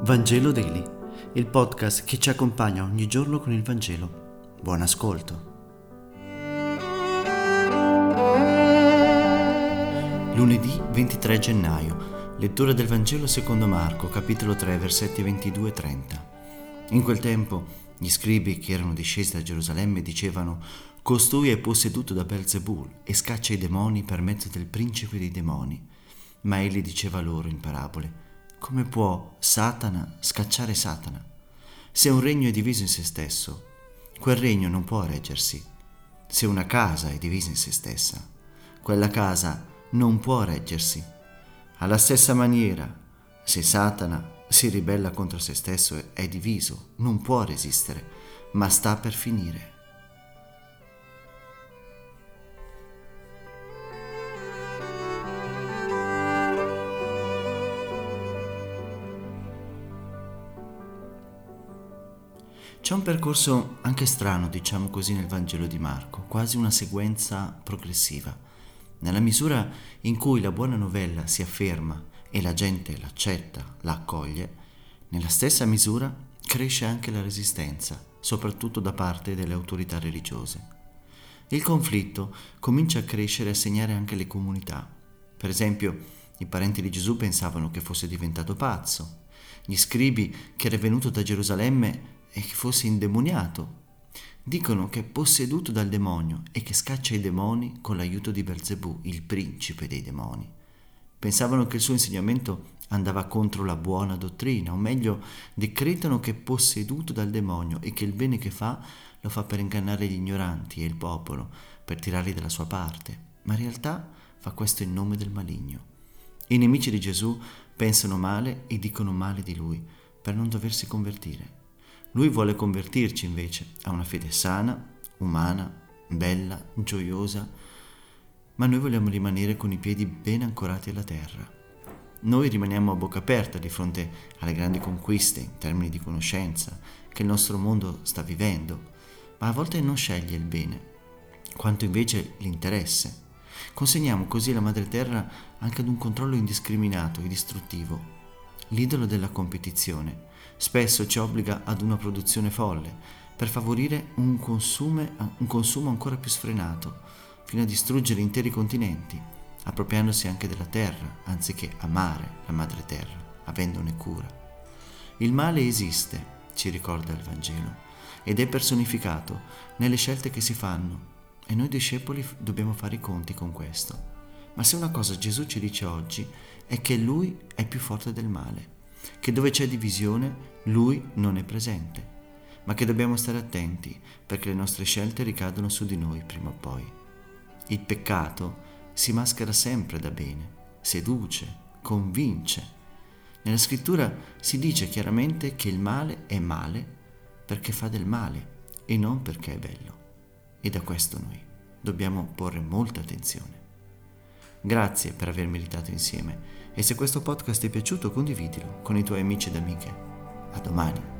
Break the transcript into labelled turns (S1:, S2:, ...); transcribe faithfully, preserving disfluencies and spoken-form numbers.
S1: Vangelo Daily, il podcast che ci accompagna ogni giorno con il Vangelo. Buon ascolto. Lunedì ventitré gennaio, lettura del Vangelo secondo Marco, capitolo tre, versetti ventidue e trenta. In quel tempo gli scribi che erano discesi da Gerusalemme dicevano: «Costui è posseduto da Belzebul e scaccia i demoni per mezzo del principe dei demoni». Ma egli diceva loro in parabole: «Come può Satana scacciare Satana? Se un regno è diviso in se stesso, quel regno non può reggersi. Se una casa è divisa in se stessa, quella casa non può reggersi. Alla stessa maniera, se Satana si ribella contro se stesso e è diviso, non può resistere, ma sta per finire». C'è un percorso anche strano, diciamo così, nel Vangelo di Marco, quasi una sequenza progressiva. Nella misura in cui la buona novella si afferma e la gente l'accetta, la accoglie, nella stessa misura cresce anche la resistenza, soprattutto da parte delle autorità religiose. Il conflitto comincia a crescere e a segnare anche le comunità. Per esempio, i parenti di Gesù pensavano che fosse diventato pazzo, gli scribi che era venuto da Gerusalemme e che fosse indemoniato. Dicono che è posseduto dal demonio e che scaccia i demoni con l'aiuto di Belzebù, il principe dei demoni. Pensavano che il suo insegnamento andava contro la buona dottrina, o meglio, decretano che è posseduto dal demonio e che il bene che fa lo fa per ingannare gli ignoranti e il popolo, per tirarli dalla sua parte, ma in realtà fa questo in nome del maligno. I nemici di Gesù pensano male e dicono male di lui per non doversi convertire. Lui vuole convertirci invece a una fede sana, umana, bella, gioiosa, ma noi vogliamo rimanere con i piedi ben ancorati alla terra. Noi rimaniamo a bocca aperta di fronte alle grandi conquiste in termini di conoscenza che il nostro mondo sta vivendo, ma a volte non sceglie il bene, quanto invece l'interesse. Consegniamo così la madre terra anche ad un controllo indiscriminato e distruttivo. L'idolo della competizione spesso ci obbliga ad una produzione folle per favorire un, consume, un consumo ancora più sfrenato, fino a distruggere interi continenti, appropriandosi anche della terra, anziché amare la madre terra, avendone cura. Il male esiste, ci ricorda il Vangelo, ed è personificato nelle scelte che si fanno, e noi discepoli dobbiamo fare i conti con questo. Ma se una cosa Gesù ci dice oggi è che Lui è più forte del male, che dove c'è divisione Lui non è presente, ma che dobbiamo stare attenti perché le nostre scelte ricadono su di noi prima o poi. Il peccato si maschera sempre da bene, seduce, convince. Nella scrittura si dice chiaramente che il male è male perché fa del male e non perché è bello. E da questo noi dobbiamo porre molta attenzione. Grazie per aver meditato insieme e se questo podcast ti è piaciuto condividilo con i tuoi amici ed amiche. A domani.